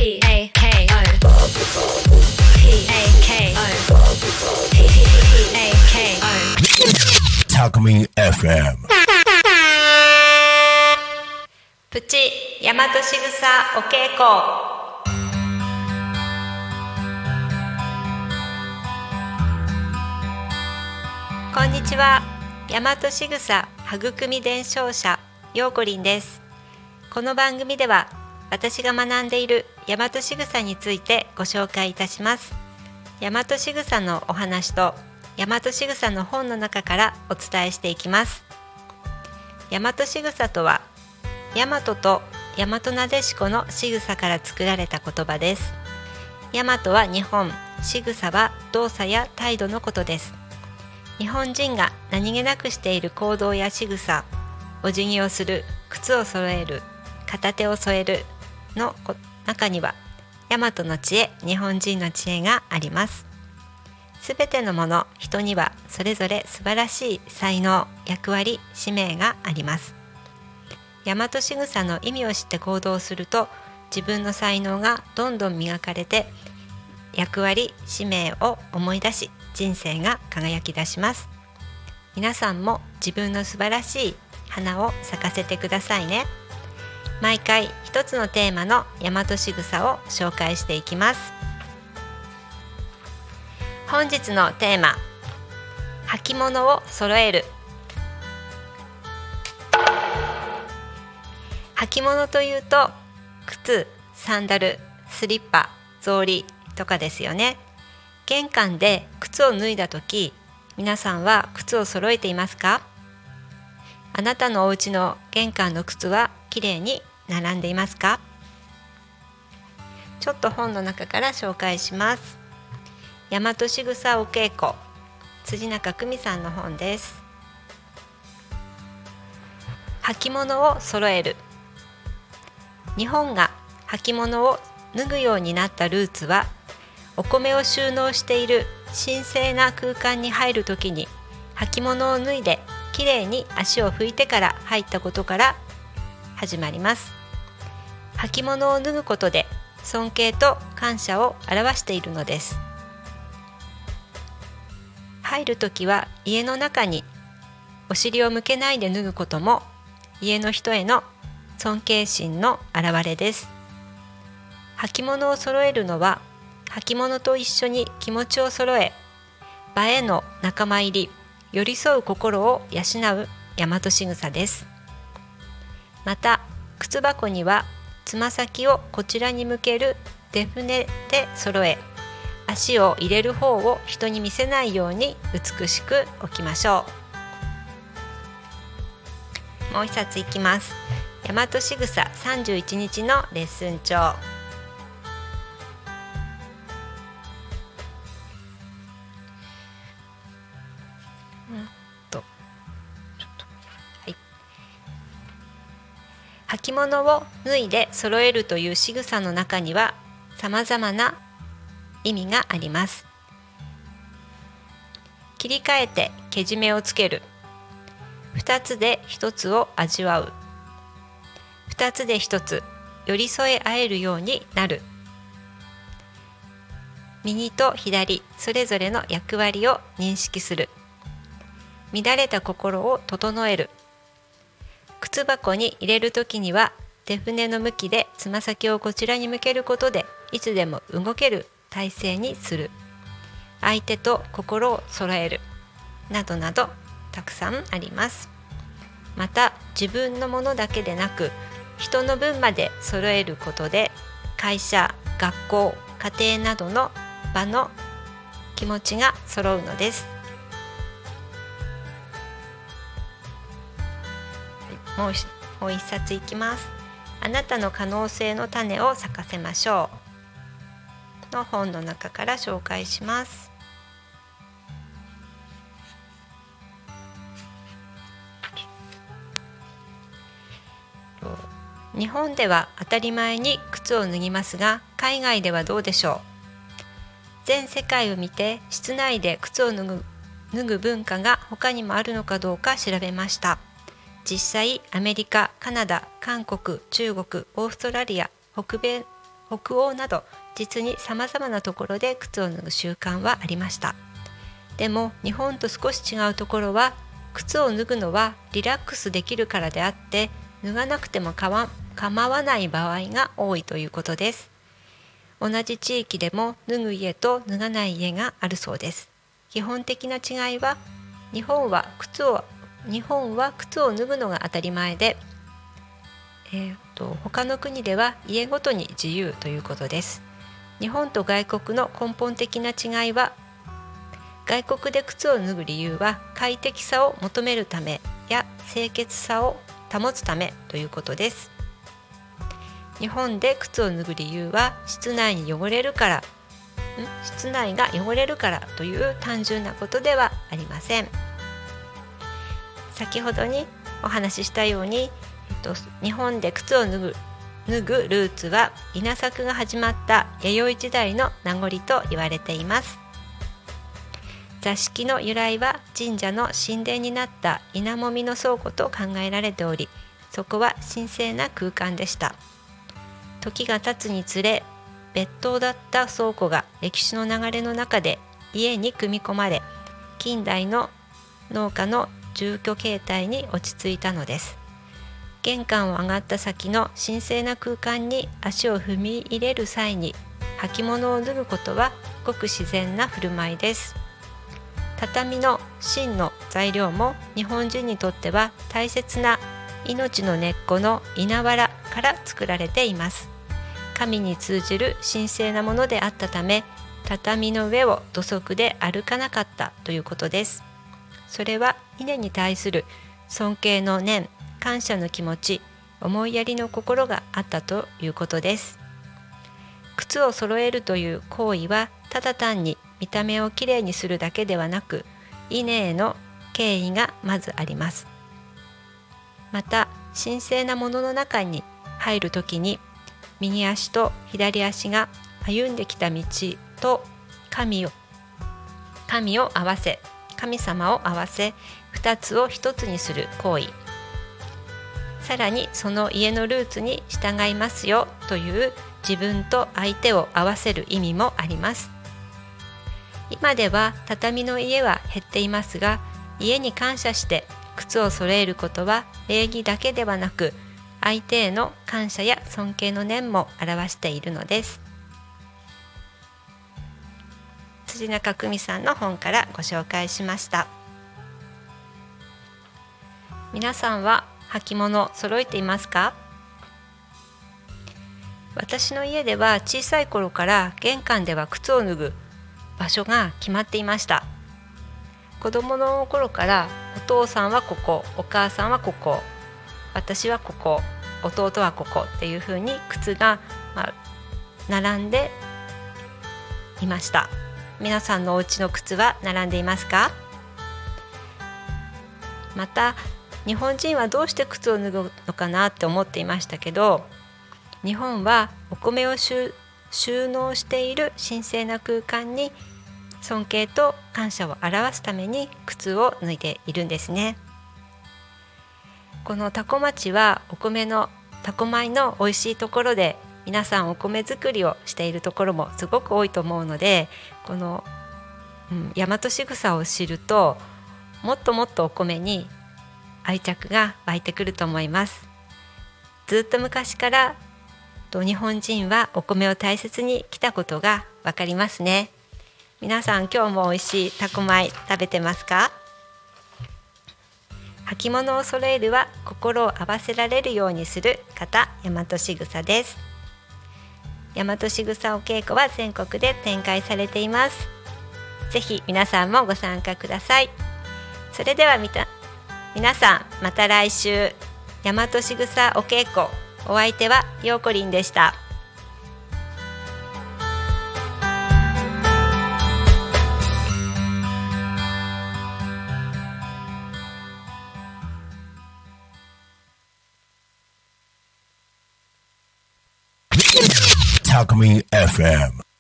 タクミン FM プチ大和しぐさお稽古。こんにちは。大和しぐさ育み伝承者ようこりんです。この番組では私が学んでいる大和しぐさについてご紹介いたします。大和しぐさのお話と大和しぐさの本の中からお伝えしていきます。大和しぐさとは大和と大和なでしこのしぐさから作られた言葉です。大和は日本、しぐさは動作や態度のことです。日本人が何気なくしている行動やしぐさ、お辞儀をする、靴を揃える、片手を添えるの中には大和の知恵、日本人の知恵があります。すべてのもの、人にはそれぞれ素晴らしい才能、役割、使命があります。大和しぐさの意味を知って行動すると、自分の才能がどんどん磨かれて、役割、使命を思い出し、人生が輝き出します。皆さんも自分の素晴らしい花を咲かせてくださいね。毎回一つのテーマの大和しぐさを紹介していきます。本日のテーマ、履物を揃える。履物というと、靴、サンダル、スリッパ、草履とかですよね。玄関で靴を脱いだとき、皆さんは靴を揃えていますか？あなたのお家の玄関の靴はきれいに並んでいますか？ちょっと本の中から紹介します。大和しぐさお稽古、辻中久美さんの本です。履物を揃える。日本が履物を脱ぐようになったルーツは、お米を収納している神聖な空間に入るときに履物を脱いできれいに足を拭いてから入ったことから始まります。履物を脱ぐことで尊敬と感謝を表しているのです。入るときは家の中にお尻を向けないで脱ぐことも家の人への尊敬心の表れです。履物を揃えるのは履物と一緒に気持ちを揃え、場への仲間入り、寄り添う心を養う大和しぐさです。また、靴箱にはつま先をこちらに向ける出船で揃え、足を入れる方を人に見せないように美しく置きましょう。もう一冊いきます。大和しぐさ31日のレッスン帳。履物を脱いで揃えるという仕草の中には様々な意味があります。切り替えてけじめをつける。二つで一つを味わう。二つで一つ寄り添え合えるようになる。右と左それぞれの役割を認識する。乱れた心を整える。靴箱に入れるときには手船の向きでつま先をこちらに向けることでいつでも動ける体勢にする。相手と心を揃える。などなどたくさんあります。また自分のものだけでなく人の分まで揃えることで会社、学校、家庭などの場の気持ちが揃うのです。もう一冊いきます。あなたの可能性の種を咲かせましょうの本の中から紹介します。日本では当たり前に靴を脱ぎますが、海外ではどうでしょう。全世界を見て室内で靴を脱ぐ文化が他にもあるのかどうか調べました。実際アメリカ、カナダ、韓国、中国、オーストラリア、北北欧など実に様々なところで靴を脱ぐ習慣はありました。でも日本と少し違うところは、靴を脱ぐのはリラックスできるからであって、脱がなくても構わない場合が多いということです。同じ地域でも脱ぐ家と脱がない家があるそうです。基本的な違いは、日本は靴を脱ぐのが当たり前で、他の国では家ごとに自由ということです。日本と外国の根本的な違いは、外国で靴を脱ぐ理由は快適さを求めるためや清潔さを保つためということです。日本で靴を脱ぐ理由は室内が汚れるからという単純なことではありません。先ほどにお話ししたように、日本で靴を脱ぐルーツは稲作が始まった弥生時代の名残と言われています。座敷の由来は神社の神殿になった稲もみの倉庫と考えられており、そこは神聖な空間でした。時が経つにつれ、別当だった倉庫が歴史の流れの中で家に組み込まれ、近代の農家の住居形態に落ち着いたのです。玄関を上がった先の神聖な空間に足を踏み入れる際に、履物を脱ぐことはごく自然な振る舞いです。畳の芯の材料も日本人にとっては大切な命の根っこの稲わらから作られています。神に通じる神聖なものであったため、畳の上を土足で歩かなかったということです。それは稲に対する尊敬の念、感謝の気持ち、思いやりの心があったということです。靴を揃えるという行為はただ単に見た目をきれいにするだけではなく、稲への敬意がまずあります。また神聖なものの中に入るときに、右足と左足が歩んできた道と神様を合わせ、二つを一つにする行為、さらにその家のルーツに従いますよという自分と相手を合わせる意味もあります。今では畳の家は減っていますが、家に感謝して靴を揃えることは礼儀だけではなく、相手への感謝や尊敬の念も表しているのです。辻中久美さんの本からご紹介しました。皆さんは履物揃えていますか？私の家では小さい頃から玄関では靴を脱ぐ場所が決まっていました。子供の頃からお父さんはここ、お母さんはここ、私はここ、弟はここっていう風に靴が、並んでいました。皆さんのお家の靴は並んでいますか？また日本人はどうして靴を脱ぐのかなって思っていましたけど、日本はお米を収納している神聖な空間に尊敬と感謝を表すために靴を脱いでいるんですね。この多古町は多古米の美味しいところで、皆さんお米作りをしているところもすごく多いと思うので、この、大和しぐさを知るともっともっとお米に愛着が湧いてくると思います。ずっと昔から日本人はお米を大切に来たことがわかりますね。皆さん今日も美味しい多古米食べてますか？履物を揃えるは心を合わせられるようにする方、大和しぐさです。大和しぐさお稽古は全国で展開されています。ぜひ皆さんもご参加ください。それでは皆さんまた来週。大和しぐさお稽古、お相手はようこりんでした。 Talk Me FM